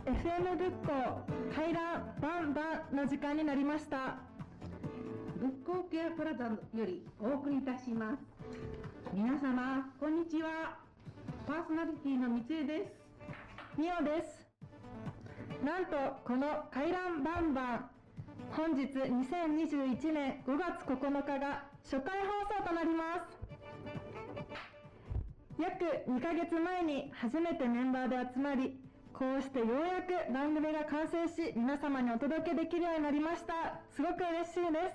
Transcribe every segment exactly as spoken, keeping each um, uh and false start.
エフエム 仏教回覧バンバンの時間になりました。 仏教ケアプラザよりお送りいたします。皆様こんにちは。パーソナリティの三江です。 みおです。なんとこの回覧バンバン、本日にせんにじゅういちねんごがつここのかが初回放送となります。約にかげつまえに初めてメンバーで集まり、こうしてようやく番組が完成し、皆様にお届けできるようになりました。すごく嬉しいです。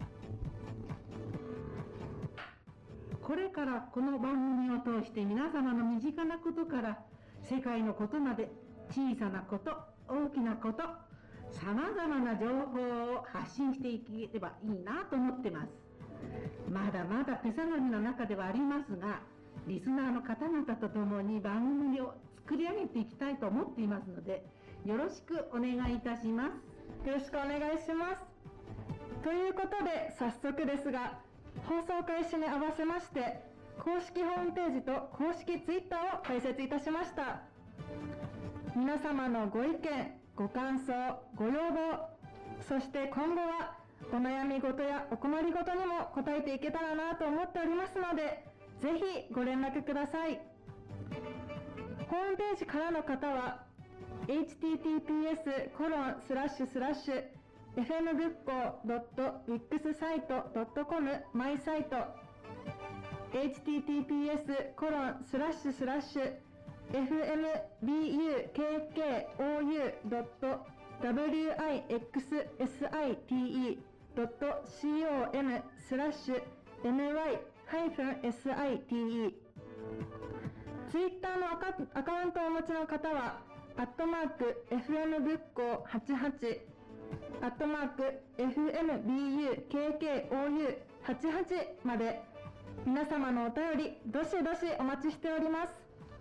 これからこの番組を通して皆様の身近なことから世界のことまで、小さなこと、大きなこと、さまざまな情報を発信していければいいなと思ってます。まだまだ手探りの中ではありますが、リスナーの方々と共に番組を作り上げていきたいと思っていますので、よろしくお願いいたします。 よろしくお願いします。ということで早速ですが、放送開始に合わせまして公式ホームページと公式ツイッターを開設いたしました。皆様のご意見、ご感想、ご要望、そして今後はお悩み事やお困り事にも答えていけたらなと思っておりますので、ぜひご連絡ください。ホームページからの方は エイチティーティーピーエスコロンスラッシュスラッシュエフエム 仏教 ドット ウィックス サイト ドット コム マイサイト エイチティーティーピーエスコロンスラッシュスラッシュエフエムビーユーケーケーオーユー ドット ダブリューアイエックスエスアイティーイー ドット コム スラッシュ エムワイ ハイフン エスアイティーイー ツイッターのアカ、アカウントをお持ちの方はアットマーク エフエム 仏教はちはちアットマーク エフエムビーユーケーケーオーユーはちはち まで皆様のお便りどしどしお待ちしております。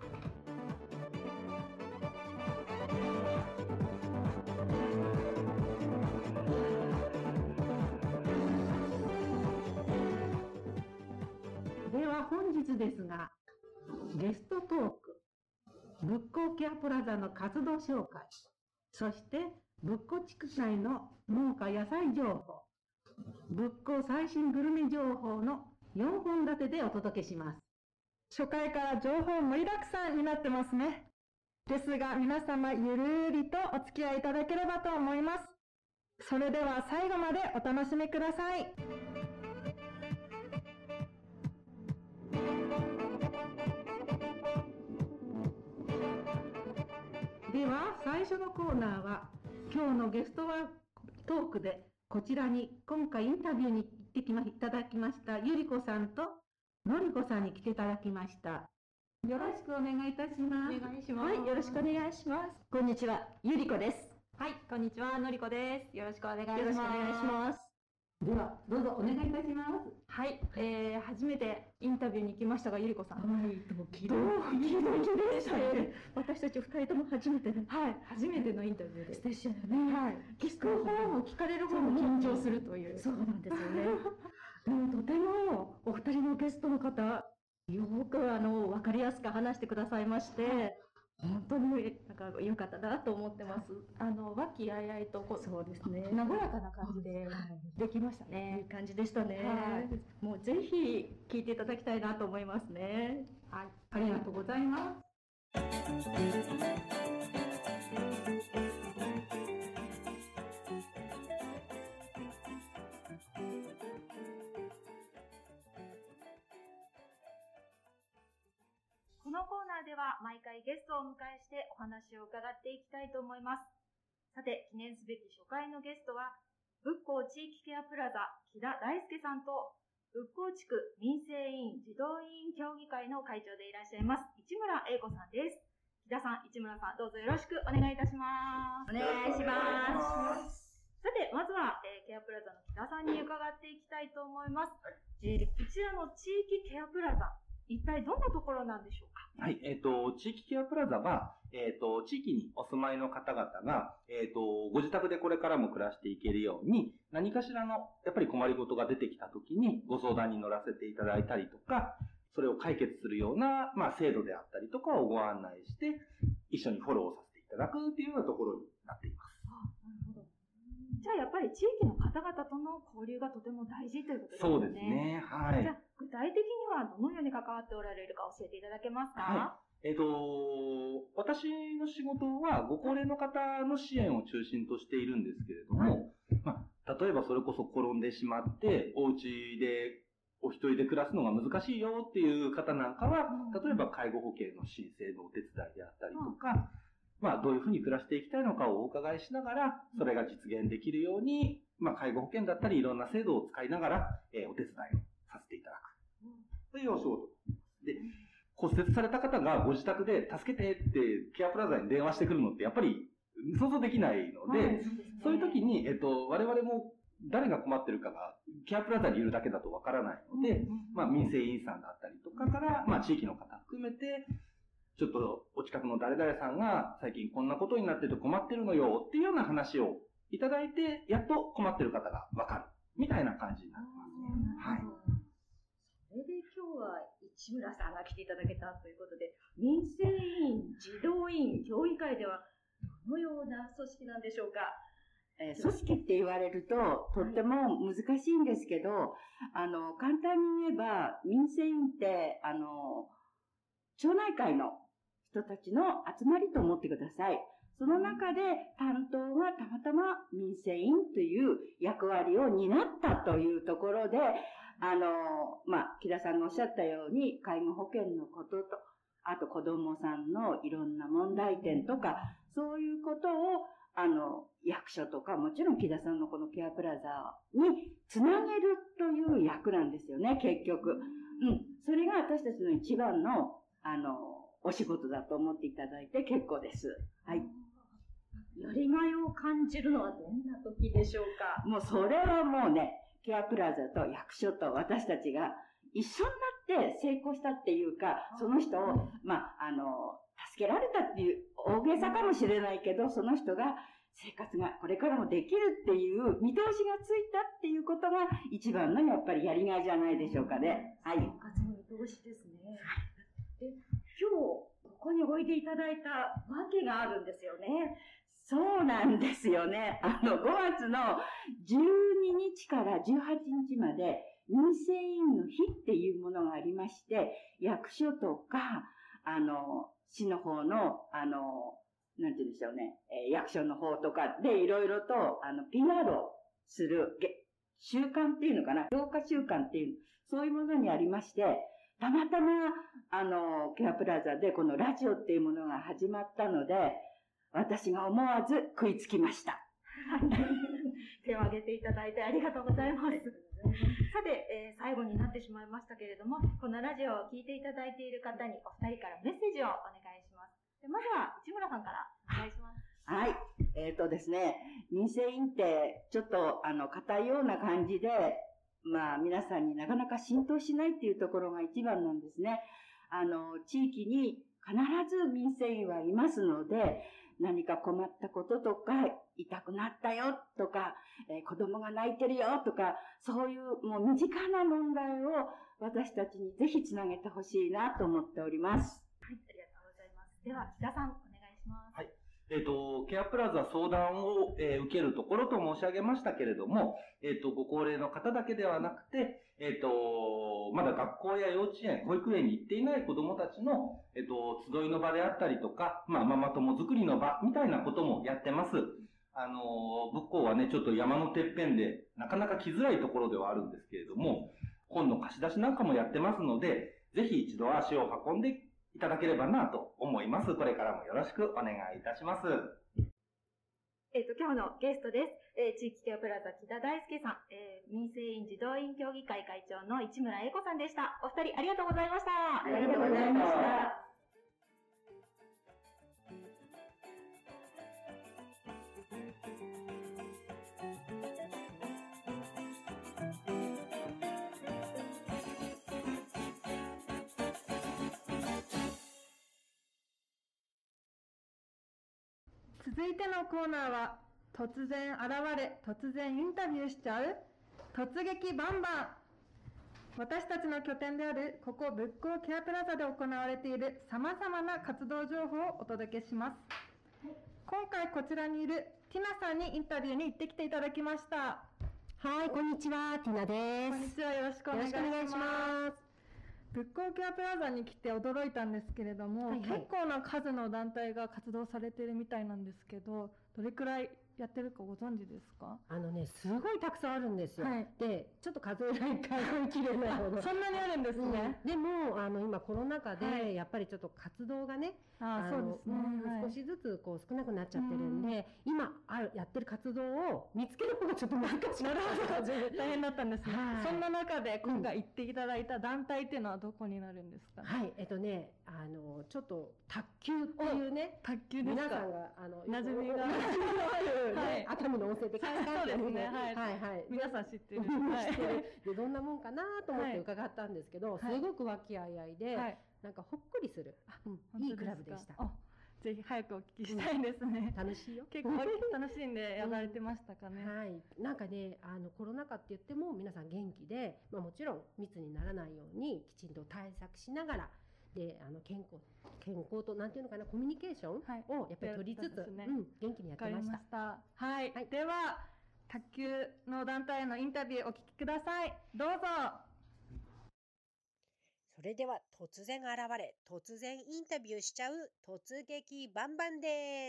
では本日ですが、ゲストトーク、仏教ケアプラザの活動紹介、そして仏教地区内の農家野菜情報、仏教最新グルメ情報のよんほん立てでお届けします。 初回から情報盛りだくさんになってますね。ですが皆様ゆるりとお付き合いいただければと思います。それでは最後までお楽しみください。 では最初のコーナーは、今日のゲストはトークでこちらに今回インタビューに行ってきまいただきましたゆりこさんとのりこさんに来ていただきました。よろしくお願いいたします。 お願いします。 はい、よろしくお願いします。こんにちは、ゆりこです。 はい、こんにちは、のりこです。よろしくお願いします。 よろしくお願いします。 ではどうぞお願いいたします。 はい、えー、初めてインタビューに来ましたが、ゆりこさん。 はい、ドキドキドキでしたね。私たち二人とも初めてで、 はい、初めてのインタビューです。 でしたよね。 はい、聞く方も聞かれる方も緊張するという。 そうなんですよね。でもとてもお二人のゲストの方、よくあの分かりやすく話してくださいまして。本当になんか良かったなと思ってます。 あの和気あいあいとこう、 そうですね。 和やかな感じでできましたね。 いい感じでしたね。 はい、 もうぜひ聞いていただきたいなと思いますね。 はい、ありがとうございます。 このコーナーでは毎回ゲストをお迎えしてお話を伺っていきたいと思います。さて、記念すべき初回のゲストは、仏教地域ケアプラザ木田大輔さんと、仏教地区民生委員児童委員協議会の会長でいらっしゃいます市村英子さんです。木田さん、市村さん、どうぞよろしくお願いいたします。 お願いします。 さて、まずは、えー、ケアプラザの木田さんに伺っていきたいと思います。えー、こちらの地域ケアプラザ、一体どんなところなんでしょうか？ はい、えっと、地域ケアプラザは、えっと、地域にお住まいの方々が、えっと、ご自宅でこれからも暮らしていけるように、何かしらの、やっぱり困りごとが出てきたときにご相談に乗らせていただいたりとか、それを解決するような、まあ、制度であったりとかをご案内して、一緒にフォローさせていたただくっていうようなところになっています。 あ、なるほど。じゃあやっぱり地域の方々との交流がとても大事ということですね。 そうですね。はい。 じゃあ具体的にはどのように関わっておられるか教えていただけますか？ はい。えっと、私の仕事はご高齢の方の支援を中心としているんですけれども、まあ、例えばそれこそ転んでしまって、お家でお一人で暮らすのが難しいよっていう方なんかは、例えば介護保険の申請のお手伝いであったりとか、まあ、どういうふうに暮らしていきたいのかをお伺いしながら、それが実現できるように、まあ、介護保険だったりいろんな制度を使いながら、えー、お手伝いをさせていただく。というお仕事で、骨折された方がご自宅で助けてってケアプラザに電話してくるのってやっぱり想像できないので、はい、そういう時に、えっと、我々も誰が困ってるかがケアプラザにいるだけだとわからないので、まあ、民生委員さんだったりとかから、まあ、地域の方含めて、ちょっとお近くの誰々さんが最近こんなことになってて困ってるのよっていうような話をいただいて、やっと困ってる方がわかるみたいな感じになってますね。はい。 それで今日は市村さんが来ていただけたということで、民生委員、児童委員、協議会ではどのような組織なんでしょうか？ えー、組織って言われるととっても難しいんですけど、はい、あの簡単に言えば民生委員ってあの町内会の人たちの集まりと思ってください。その中で担当がたまたま民生委員という役割を担ったというところで、あの、まあ、木田さんがおっしゃったように、介護保険のことと、あと子供さんのいろんな問題点とか、そういうことを、あの、役所とか、もちろん木田さんのこのケアプラザにつなげるという役なんですよね、結局。うん。それが私たちの一番の、あの、お仕事だと思っていただいて結構です。はい。 やりがいを感じるのはどんな時でしょうか？ もうそれはもうね、ケアプラザと役所と私たちが一緒になって成功したっていうか、その人を、まあ、あの、助けられたっていう大げさかもしれないけど、その人が生活がこれからもできるっていう見通しがついたっていうことが一番のやっぱりやりがいじゃないでしょうかね。はい。 生活の見通しですね。で、今日ここにおいでいただいたわけがあるんですよね。 そうなんですよね。あの、ごがつのじゅうににちからじゅうはちにちまで民生委員の日っていうものがありまして、役所とか、あの、市の方の、あの、なんて言うんでしょうね、えー、役所の方とかでいろいろと、あの、ピーアール をする、習慣っていうのかな、評価習慣っていう、そういうものにありまして、たまたま、あの、ケアプラザでこのラジオっていうものが始まったので、私が思わず食いつきました。 手を挙げていただいてありがとうございます。さて、えー、最後になってしまいましたけれども、このラジオを聞いていただいている方にお二人からメッセージをお願いします。でまずは市村さんからお願いします。 はい。えっとですね、民生委員ってちょっとあの硬いような感じで、まあ皆さんになかなか浸透しないっていうところが一番なんですね。あの、地域に必ず民生委員はいますので、何か困ったこととか、痛くなったよとか、えー、子供が泣いてるよとか、そういうもう身近な問題を私たちにぜひつなげてほしいなと思っております。 はい、ありがとうございます。では、木田さん、お願いします。 はい。えっと、ケアプラザ相談を、えー、受けるところと申し上げましたけれども、えっと、ご高齢の方だけではなくて、えっと、まだ学校や幼稚園、保育園に行っていない子供たちの、えっと、集いの場であったりとか、まあ、ママ友作りの場みたいなこともやってます。あの、仏光はね、ちょっと山のてっぺんで、なかなか来づらいところではあるんですけれども、本の貸し出しなんかもやってますので、ぜひ一度足を運んでいただければなと思います。これからもよろしくお願いいたします。 えっと、今日のゲストです。えー、地域ケアプラザ木田大輔さん、えー、民生委員児童委員協議会会長の市村英子さんでした。お二人ありがとうございました。 ありがとうございました。 続いてのコーナーは、突然現れ、突然インタビューしちゃう、突撃バンバン。私たちの拠点である、ここ仏光ケアプラザで行われている様々な活動情報をお届けします。 今回こちらにいるティナさんにインタビューに行ってきていただきました。 はい、こんにちは、ティナです。 こんにちは、よろしくお願いします。 よろしくお願いします。 仏光ケアプラザに来て驚いたんですけれども、はいはい、結構な数の団体が活動されているみたいなんですけど、どれくらいやってるかご存知ですか？ あのね、すごいたくさんあるんですよ。 はい、 で、ちょっと数えない数えきれないほど。 そんなにあるんですね。 うん、でも、あの、今コロナ禍で、はい、やっぱりちょっと活動がね、 ああそうですね、 うん、少しずつこう少なくなっちゃってるんで、うん、今あるやってる活動を見つける方がちょっと難しかった。 大変だったんですね。はい、そんな中で今回行っていただいた団体っていうのはどこになるんですか？ はい、えっとね、あの、ちょっと卓球っていうね、 卓球ですか？ 皆さんが、あの、 馴染みがある、はい、熱海の温泉でカンカンってですね、 はいはいはい、皆さん知ってる。 知ってる。で、どんなもんかなと思って伺ったんですけど、すごく和気あいあいで、なんかほっこりする、いいクラブでした。 ぜひ早くお聞きしたいですね。 楽しいよ。 結構楽しんでやられてましたかね。 はい。なんかね、あのコロナ禍って言っても皆さん元気で、まあもちろん密にならないようにきちんと対策しながら、で、あの健康健康となんていうのかな、コミュニケーションをやっぱり取りつつ、うん、元気にやってました。 はい。では卓球の団体へのインタビューお聞きください。どうぞ。 それでは突然現れ、突然インタビューしちゃう突撃バンバンです。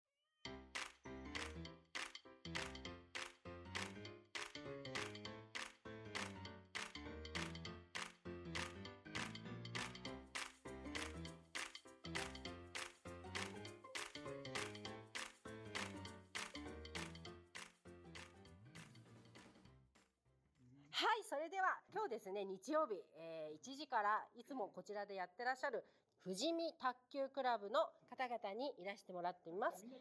はい、それでは今日ですね、日曜日、えー、いちじからいつもこちらでやってらっしゃる富士見卓球クラブの方々にいらしてもらっています。そう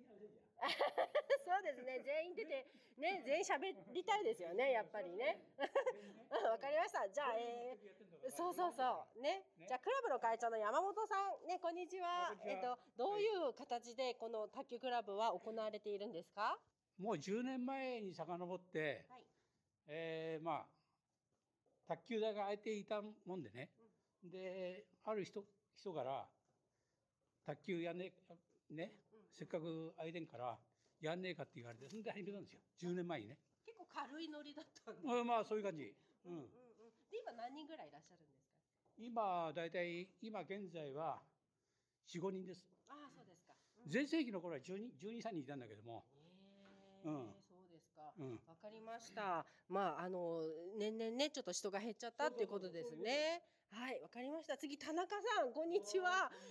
ですね、全員出て、ね、全員喋りたいですよね、やっぱりね。わかりました。じゃあ、えー、そうそうそう。ね。じゃあ、クラブの会長の山本さん、ね、こんにちは。えっと、どういう形でこの卓球クラブは行われているんですか？ もうじゅうねんまえに遡って、はい、えー、まあ、卓球台が空いていたもんでね、うん、で、ある人、人から、卓球やんねえ、ね、うん、せっかく空いてんから、やんねえかって言われて、そんで始めたんですよ。じゅうねんまえにね。 結構軽いノリだったんで。 まあ、そういう感じ。うん。うんうんうん、 で、今何人ぐらいいらっしゃるんですか？ 今、だいたい、今現在は、よん、ごにんです。 ああ、そうですか。 全盛期の頃はじゅうに、じゅうに、さんにんいたんだけども。 えー、うん。そうですか。うん。わかりました。まあ、あの、年々ね、ちょっと人が減っちゃったっていうことですね。はい、わかりました。次、田中さん、こんにちは。はい、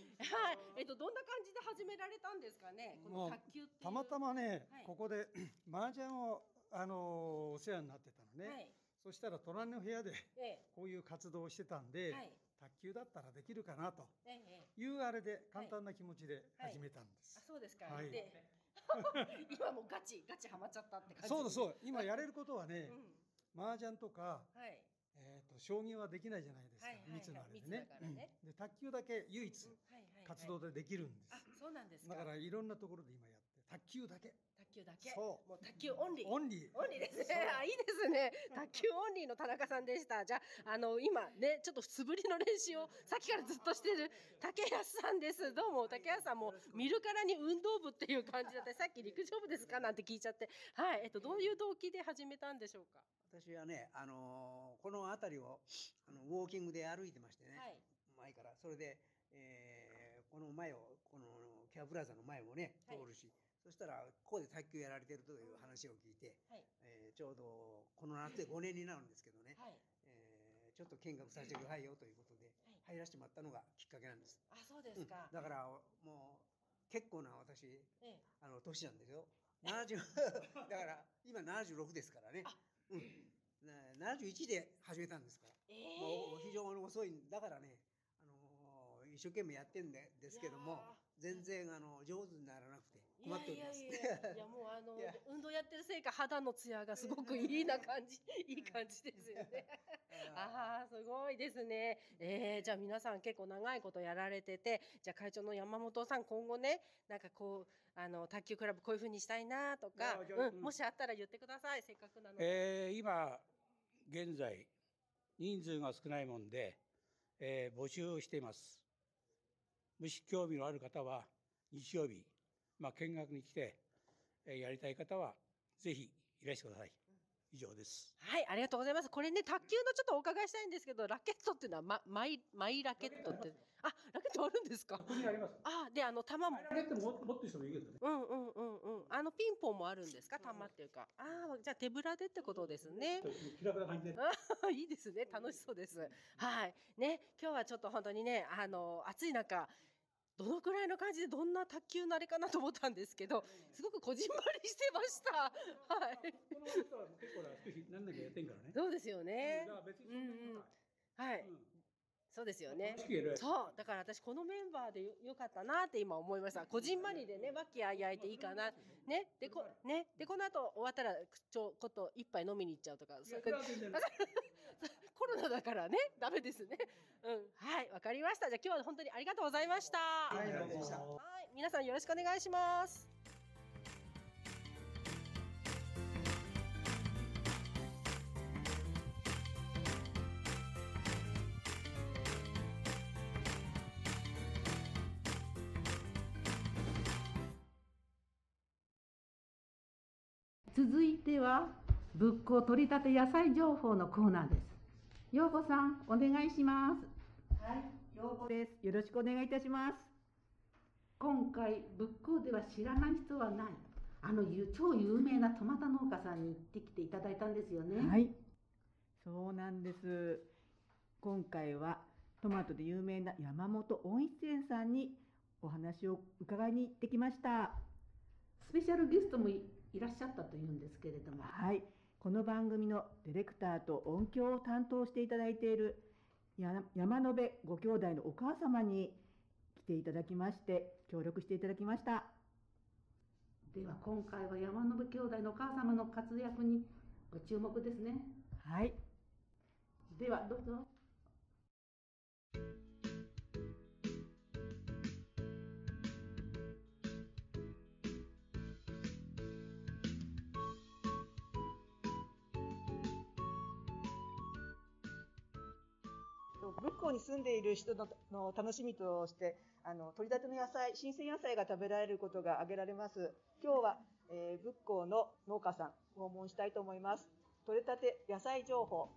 えっと、どんな感じで始められたんですかね。この卓球っていう。 たまたまね、はい、ここで麻雀を、あの、お世話になってたのね。はい、そしたら隣の部屋で、こういう活動をしてたんで、はい、卓球だったらできるかなというあれで簡単な気持ちで始めたんです。 はいはい、あ、そうですか。はい、で今もガチガチハマっちゃったって感じ。 そうそう。今やれることはね、うん、麻雀とか、はい、えっと将棋はできないじゃないですか。密のあれでね。で卓球だけ唯一活動でできるんです。 あ、そうなんですか。 だからいろんなところで今やって卓球だけ。 卓球だけ。 そう。 もう卓球オンリー。 オンリー。 オンリーですね。あ、いいですね。卓球オンリーの田中さんでした。じゃあ、あの、今ね、ちょっと素振りの練習をさっきからずっとしてる竹安さんです。どうも、竹安さんも見るからに運動部っていう感じだった。さっき陸上部ですかなんて聞いちゃって。はい。えっと、どういう動機で始めたんでしょうか。 私はね、あのー、この辺りをあのウォーキングで歩いてましてね、はい、前から。それで、えー、この前を、このケアプラザの前をね、通るし、はい、そしたら、ここで卓球やられてるという話を聞いて、はい、えー、ちょうどこの夏でごねんになるんですけどね、はい、えー、ちょっと見学させてくださいよということで、入らせてもらったのがきっかけなんです。 あ、そうですか。 うん、だから、もう、結構な私、ええ、あの、年なんですよ。ななじゅう、だから、今ななじゅうろくですからね。うん、ななじゅういちで始めたんですから、えー、もう非常に遅いんだからね、あのー、一生懸命やってんでですけども、全然あの上手にならなくて困っております。 いやいやいやいや、もうあの運動やってるせいか肌のツヤがすごくいいな感じいい感じですよね。ああ、すごいですね。えー、じゃあ皆さん結構長いことやられてて、じゃあ会長の山本さん、今後ね、なんかこうあの卓球クラブこういう風にしたいなとか、うん、もしあったら言ってください。せっかくなので。 えー、今現在人数が少ないもんで、えー、募集しています。もし興味のある方は日曜日、まあ、見学に来て、えーやりたい方はぜひいらしてください。以上です。 はい、ありがとうございます。これね、卓球のちょっとお伺いしたいんですけど、ラケットっていうのは、ま、マイ、マイラケットって。あ、ラケットあるんですか。 ここにあります。 あ、で、あの、球も。 ラケットも持ってる人もいいけどね。 うんうんうんうん。あの、ピンポンもあるんですか、球っていうか。ああ、じゃあ手ぶらでってことですね。 気楽な感じで。 いいですね。楽しそうです。はい。ね、今日はちょっと本当にね、あの、暑い中、どのくらいの感じでどんな卓球のあれかなと思ったんですけど、すごくこじんまりしてました。はい。 この人は結構な少し何年かやってんからね。 そうですよね。 だから別にうんうん。はい。そうですよね。そう。だから私このメンバーでよよかったなって今思いました。こじんまりでね、和気あいあいでいいかな。ね。で、こ、ね。で、この後終わったら、ちょ、こと一杯飲みに行っちゃうとか。コロナだからね、ダメですね。うん。はい。わかりました。じゃあ今日は本当にありがとうございました。 はい、どうも。 はい。皆さんよろしくお願いします。 続いては仏光取り立て野菜情報のコーナーです。陽子さん、お願いします。 はい、陽子です。よろしくお願いいたします。 今回仏光では知らない人はない、あの超有名なトマト農家さんに行ってきていただいたんですよね。 はい、そうなんです。今回はトマトで有名な山本温一園さんにお話を伺いに行ってきました。 スペシャルゲストもいいらっしゃったというんですけれども、 はい、この番組のディレクターと音響を担当していただいている山野辺ご兄弟のお母様に来ていただきまして、協力していただきました。 では今回は山野辺兄弟のお母様の活躍にご注目ですね。 はい。 ではどうぞ。 仏光に住んでいる人のの楽しみとして、あの取り立ての野菜、新鮮野菜が食べられることが挙げられます。今日は、えー、仏光の農家さん訪問したいと思います。取れたて野菜情報。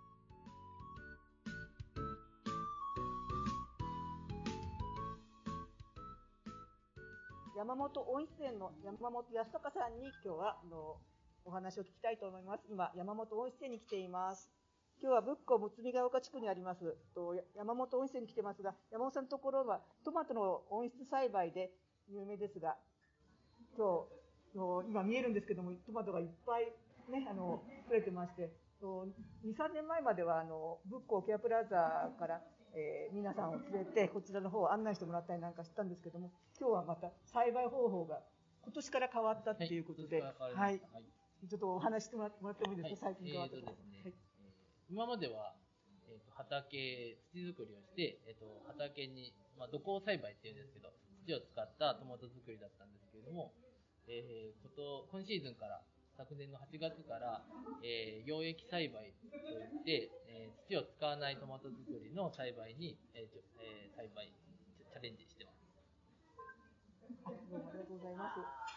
山本温一園の山本康隆さんに今日はあのお話を聞きたいと思います。今山本温一園に来ています。今日は仏光むつみが丘地区にありますと山本温室に来てますが、山本さんのところはトマトの温室栽培で有名ですが、今日の今見えるんですけども、トマトがいっぱいね、あの取れてまして、に、さんねんまえまではあの仏光ケアプラザから、えー、皆さんを連れてこちらの方を案内してもらったりなんかしたんですけども、今日はまた栽培方法が今年から変わったっていうことで、はい、はい、ちょっとお話してもらってもいいですか、はい、最近変わったこと。 今までは、えー、と畑、土作りをして、えー、と畑に、まあ、土耕栽培っていうんですけど、土を使ったトマト作りだったんですけれども、えー、こと今シーズンから、昨年のはちがつから、えー、養液栽培といって、えー、土を使わないトマト作りの栽培に、えーえー、栽培チャレンジしてます。 あ、どうもありがとうございます。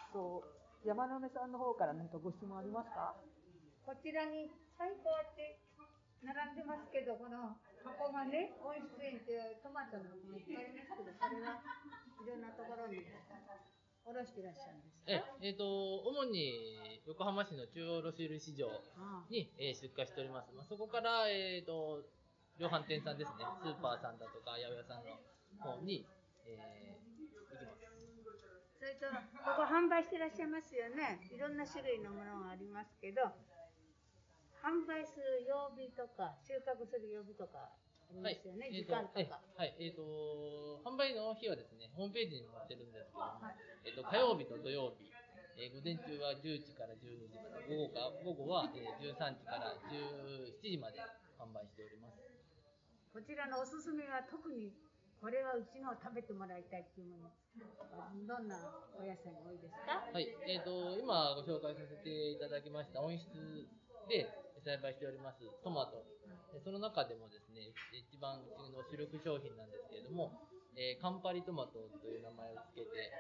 と山野辺さんの方から何かご質問ありますか？ こちらに最高って並んでますけど、この箱がね、温室園っていうトマトのものいっぱいありますけど、それはいろんなところにおろしていらっしゃるんですか？ え、えーと、主に横浜市の中央卸売市場に、えー、出荷しております。まあ、そこから、えーと、量販店さんですね、スーパーさんだとか、八百屋さんの方に、えー、行きます。 それと、ここ販売していらっしゃいますよね。いろんな種類のものがありますけど、販売する曜日とか、収穫する曜日とかありますよね、はい、時間とか。 はい、えっ、ー、と、販売の日はですね、ホームページに載ってるんですけども、はい、えっ、ー、と、火曜日と土曜日、えー、午前中はじゅうじからじゅうにじまで、午後か午後は、えー、じゅうさんじからじゅうしちじまで販売しております。 こちらのおすすめは特に、これはうちのを食べてもらいたいっていうもの、どんなお野菜が多いですか？ はい、えっ、ー、と、今ご紹介させていただきました温室で栽培しておりますトマト、その中でもですね、一番うちの主力商品なんですけれども、えー、カンパリトマトという名前をつけて、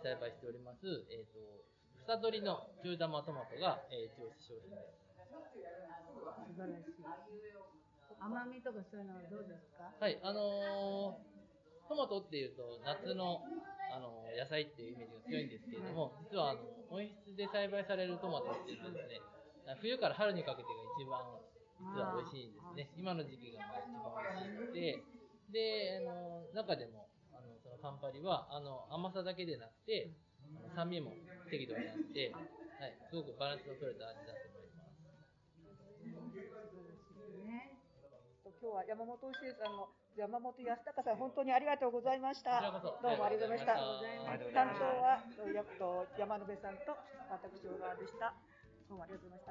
栽培しております、えっ、と、房取りの中玉トマトが、えー、一押し商品です。 素晴らしい。甘みとかそういうのはどうですか？ はい、あのー、トマトっていうと夏の、あのー、野菜っていうイメージが強いんですけれども、実はあの温室で栽培されるトマトっていうのはですね、冬から春にかけてが一番実は美味しいんですね。今の時期がまあ一番美味しくて、で、あのー、中でもあのそのカンパリはあの甘さだけでなくて、あの酸味も適度にあって、はい、すごくバランスの取れた味だと思います。 今日は山本修さんの山本康隆さん、本当にありがとうございました。どうもありがとうございました。担当は山野辺さんと私小川でした。どうもありがとうございました。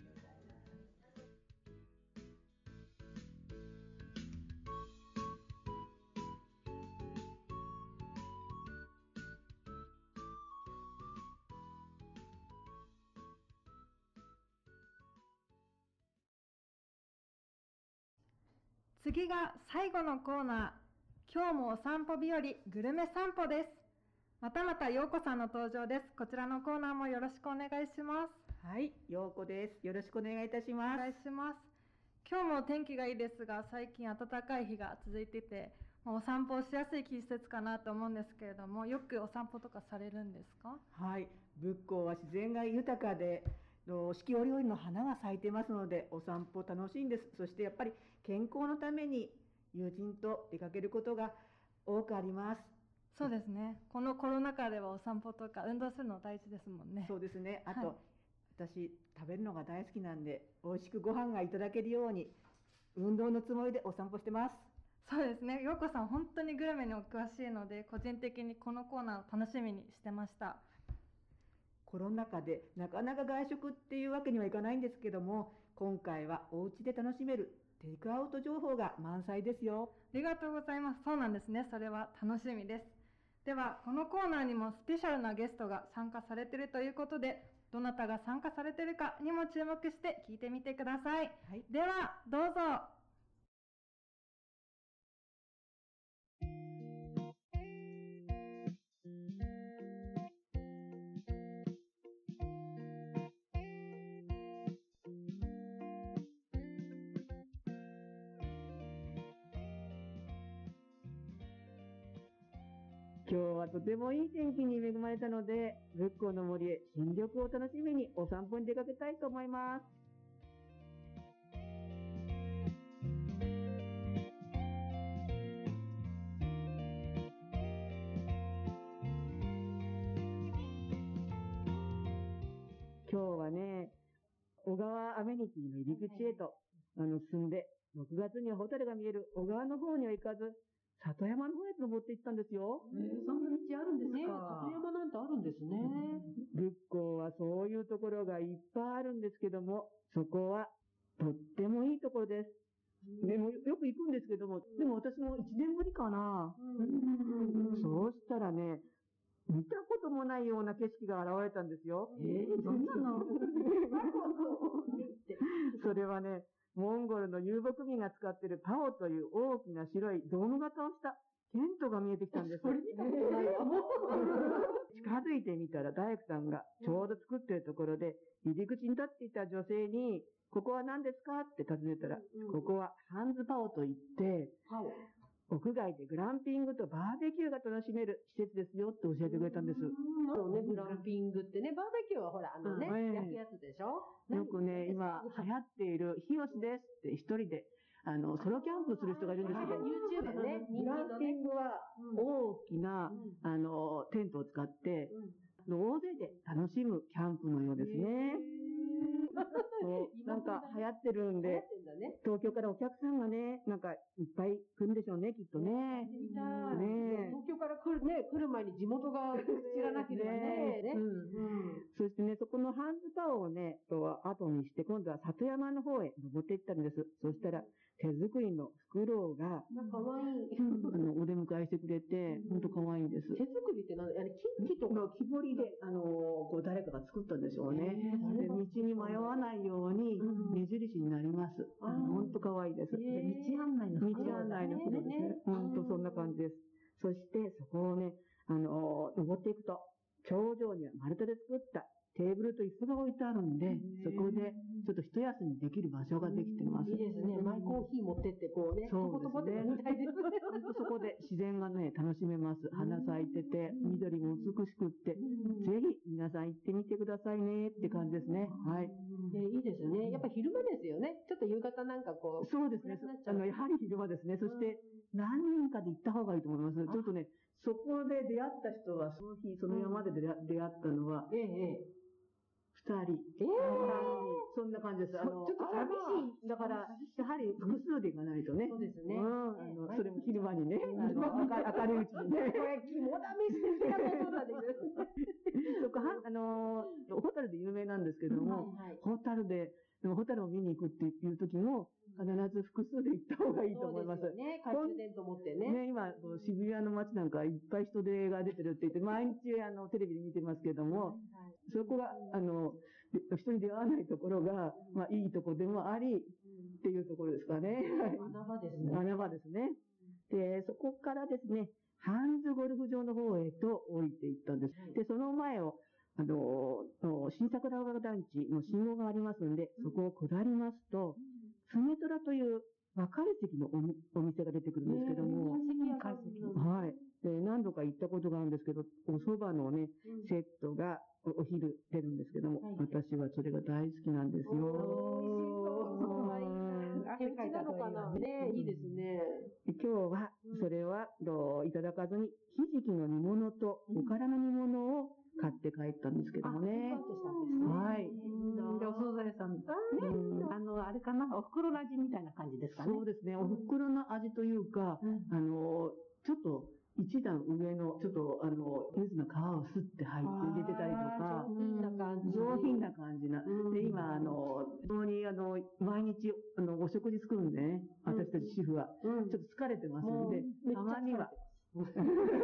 次が最後のコーナー、今日もお散歩日和グルメ散歩です。またまた陽子さんの登場です。こちらのコーナーもよろしくお願いします。 はい、陽子です。よろしくお願いいたします。 お願いします。今日も天気がいいですが、最近暖かい日が続いてて、お散歩しやすい季節かなと思うんですけれども、よくお散歩とかされるんですか？ はい、仏光は自然が豊かで、四季折々の花が咲いてますので、お散歩楽しいんです。そしてやっぱり健康のために友人と出かけることが多くあります。 そうですね。このコロナ禍ではお散歩とか運動するの大事ですもんね。 そうですね。あと、 はい、 私食べるのが大好きなんで、美味しくご飯がいただけるように運動のつもりでお散歩してます。 そうですね。陽子さん本当にグルメにお詳しいので、個人的にこのコーナーを楽しみにしてました。 コロナ禍でなかなか外食っていうわけにはいかないんですけども、今回はお家で楽しめるテイクアウト情報が満載ですよ。 ありがとうございます。そうなんですね。それは楽しみです。では、このコーナーにもスペシャルなゲストが参加されているということで、どなたが参加されているかにも注目して聞いてみてください。はい、では、どうぞ。 今日はとてもいい天気に恵まれたので、仏光の森へ新緑を楽しみにお散歩に出かけたいと思います。今日はね、小川アメニティの入り口へとあの進んで、ろくがつにはホタルが見える小川の方には行かず、里山の方へ登っていったんですよ。 えー、そんな道あるんですか？里山なんてあるんですね。 仏光はそういうところがいっぱいあるんですけども、そこはとってもいいところです。でもよく行くんですけども、でも私もいちねんぶりかな。そうしたらね、見たこともないような景色が現れたんですよ。 えー、どんなの？ それはね、モンゴルの遊牧民が使っているパオという大きな白いドーム型をしたテントが見えてきたんです。 それ見たことないわ。 近づいてみたら大工さんがちょうど作っているところで、入り口に立っていた女性に、ここは何ですかって尋ねたら、うん、ここはハンズパオといって、パオ屋外でグランピングとバーベキューが楽しめる施設ですよって教えてくれたんです。 そうね、グランピングってね、バーベキューはほら、あのね、うん、焼くやつでしょ。 よくね、今流行っているヒヨシですって一人で、あの、ソロキャンプする人がいるんですけど、 YouTube でね、 グランピングは大きな、うん、あの、テントを使って、うん、大勢で楽しむキャンプのようですね。そうなんか流行ってるんで、ね、東京からお客さんがね、なんかいっぱい来るんでしょうね、きっとね。 ね東京から来るね、来る前に地元が知らなければね。ねうんうん、 そしてね、そこのハンズパオをね、後にして、今度は里山の方へ登っていったんです。そしたら、手作りのフクロウが、 かわいい。 あの、お出迎えしてくれて、ほんとかわいいんです。 手作りって何あれ、木とか木彫りで、あの、こう誰かが作ったんでしょうね。で、道に迷わないように、目印になります。ほんとかわいいです。 道案内の道案内のフクロウですね。ほんとそんな感じです。そして、そこをね、あの、登っていくと、 頂上には丸太で作ったテーブルと椅子が置いてあるんで、そこでちょっと一休みできる場所ができてます。 いいですね。マイコーヒー持ってってこうね、 そうですね。 みたいです。 そこで自然がね、楽しめます。花咲いてて、緑も美しくって、ぜひ皆さん行ってみてくださいねって感じですね。はい。 えいいですね。やっぱ昼間ですよね。ちょっと夕方なんかこう。 そうですね。あの、やはり昼間ですね。そして、何人かで行った方がいいと思います。ちょっとね、そこで出会った人は、その日、その山で出会ったのは、ええ、二人。ええそんな感じです。あの、ちょっと寂しい。だから、やはり複数で行かないとね。そうですね。うん。あの、それも昼間にね、あの、明るいうちにね。 これ、肝試し的なことなんです。 そこは、あの、ホタルで有名なんですけども、ホタルで、でもホタルを見に行くっていう時も、必ず複数で行った方がいいと思います。 そうですよね。懐中電灯持ってね。 ね、今、渋谷の街なんかいっぱい人手が出てるって言って、毎日あの、テレビで見てますけども、そこが、あの、人に出会わないところが、まあ、いいところでもあり、っていうところですかね。 穴場ですね。 穴場ですね。で、そこからですね、ハンズゴルフ場の方へと降りていったんです。で、その前を、あの、新桜川団地の信号がありますんで、そこを下りますと、スメトラという若い席のお店が出てくるんですけども、はい。で、何度か行ったことがあるんですけど、お蕎麦のね、セットがお昼出るんですけども、私はそれが大好きなんですよ。 手打ちなのかなね、いいですね。 今日は、それは、いただかずに、ひじきの煮物とおからの煮物を買って帰ったんですけどもね。はい。 で、お惣菜さん。あの、あれかな、お袋の味みたいな感じですかね。 そうですね。お袋の味というか、あの、ちょっと、一段上の、ちょっと、あの、柚子の皮をすって入って入れてたりとか、 上品な感じ。 上品な感じな。で、今、あの、非常に、あの、毎日、あの、お食事作るんでね、私たち主婦は、ちょっと疲れてますんで、たまには、たま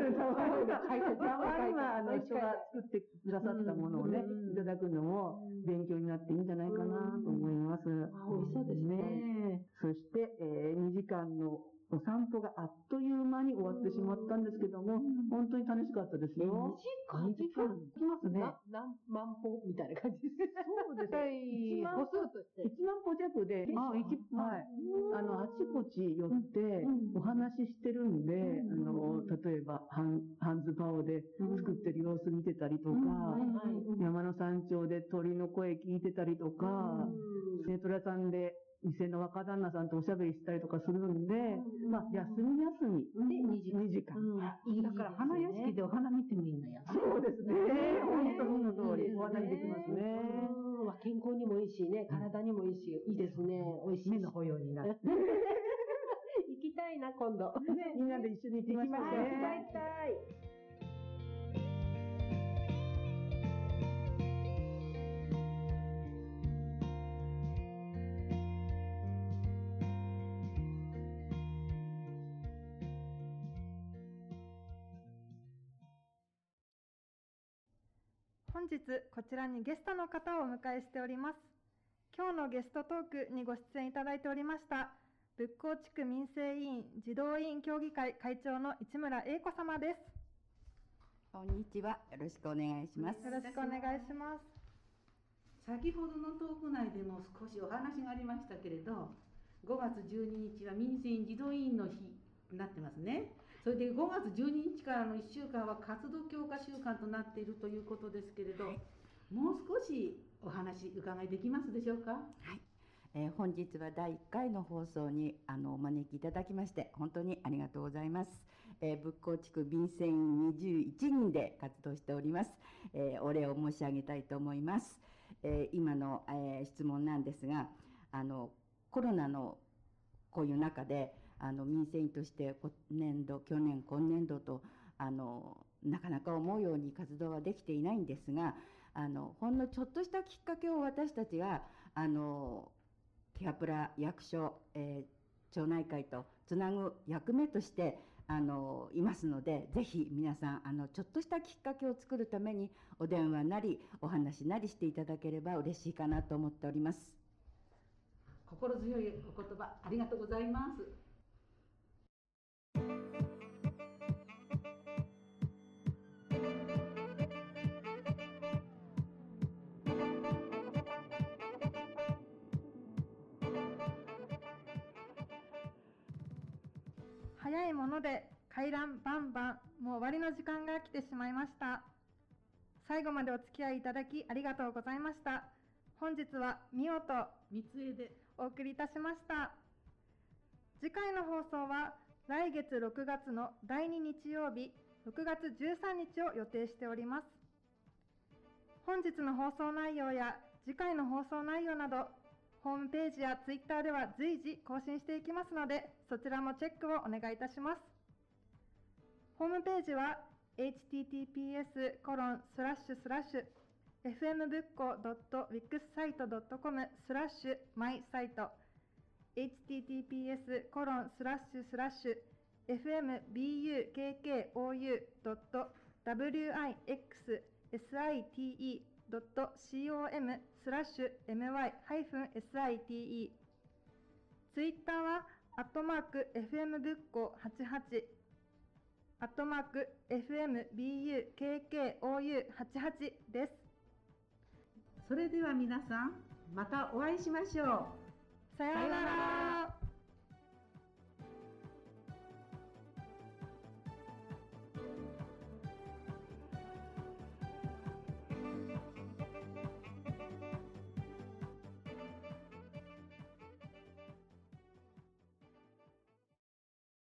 には、あの、人が作ってくださったものをね、いただくのも勉強になっていいんじゃないかなと思います。美味しそうですね。 そして、えー、にじかんのお散歩があっという間に終わってしまったんですけども、本当に楽しかったですよ。 にじかんにじかん来ますね。 何万歩みたいな感じです。 そうですね。 いちまん歩数として。 いちまん歩弱で、あ、一、はい。あの、あちこち寄ってお話ししてるんで、あの、例えば、ハン、ハンズパオで作ってる様子見てたりとか、山の山頂で鳥の声聞いてたりとか、ネトラさんで、店の若旦那さんとおしゃべりしたりとかするんで、まあ、休み休みでにじかん。 だから、花屋敷でお花見てもいいんだよ。 そうですね。本当その通り。お花見できますね。 健康にもいいしね、体にもいいし、いいですね。美味しい。 目の保養になる。 行きたいな、今度。 みんなで一緒に行きましょうね。 行きたい、行きたい。 本日こちらにゲストの方をお迎えしております。今日のゲストトークにご出演いただいておりました仏光地区民生委員児童委員協議会会長の市村英子様です。 こんにちは。よろしくお願いします。 よろしくお願いします。 先ほどのトーク内でも少しお話がありましたけれど、ごがつじゅうににちは民生委員児童委員の日になってますね。それでごがつじゅうににちからのいっしゅうかんは活動強化週間となっているということですけれど、はい、もう少しお話伺いできますでしょうか。 はい、えー、本日はだいいっかいの放送にあのお招きいただきまして本当にありがとうございます。えー、仏光地区民生委員にじゅういちにんで活動しております。えー、お礼を申し上げたいと思います。えー、今の、えー、質問なんですが、あのコロナのこういう中であの民生委員として今年度去年今年度とあのなかなか思うように活動はできていないんですが、あのほんのちょっとしたきっかけを私たちがあのケアプラ役所、えー、町内会とつなぐ役目としてあのいますので、ぜひ皆さんあのちょっとしたきっかけを作るためにお電話なりお話なりしていただければ嬉しいかなと思っております。 心強いお言葉ありがとうございます。 早いもので回覧バンバン、もう終わりの時間が来てしまいました。最後までお付き合いいただきありがとうございました。本日はみおと三江でお送りいたしました。次回の放送は来月ろくがつのだいに日曜日、ろくがつじゅうさんにちを予定しております。本日の放送内容や次回の放送内容など、ホームページやツイッターでは随時更新していきますので、そちらもチェックをお願いいたします。ホームページは エイチティーティーピーエスコロンスラッシュスラッシュエフエムブッコドットウィックスサイトドットコムスラッシュマイサイト エイチティーティーピーエスコロンスラッシュスラッシュエフエムビーユーケーケーオーユードットダブリューアイエックスエスアイティーイードットコムスラッシュエムワイハイフンエスアイティーイー。ツイッターはアットマーク エフエム ブッコはちはちアットマーク エフエムビーユーケーケーオーユーはちはちです。 それでは皆さん、またお会いしましょう。 さようなら。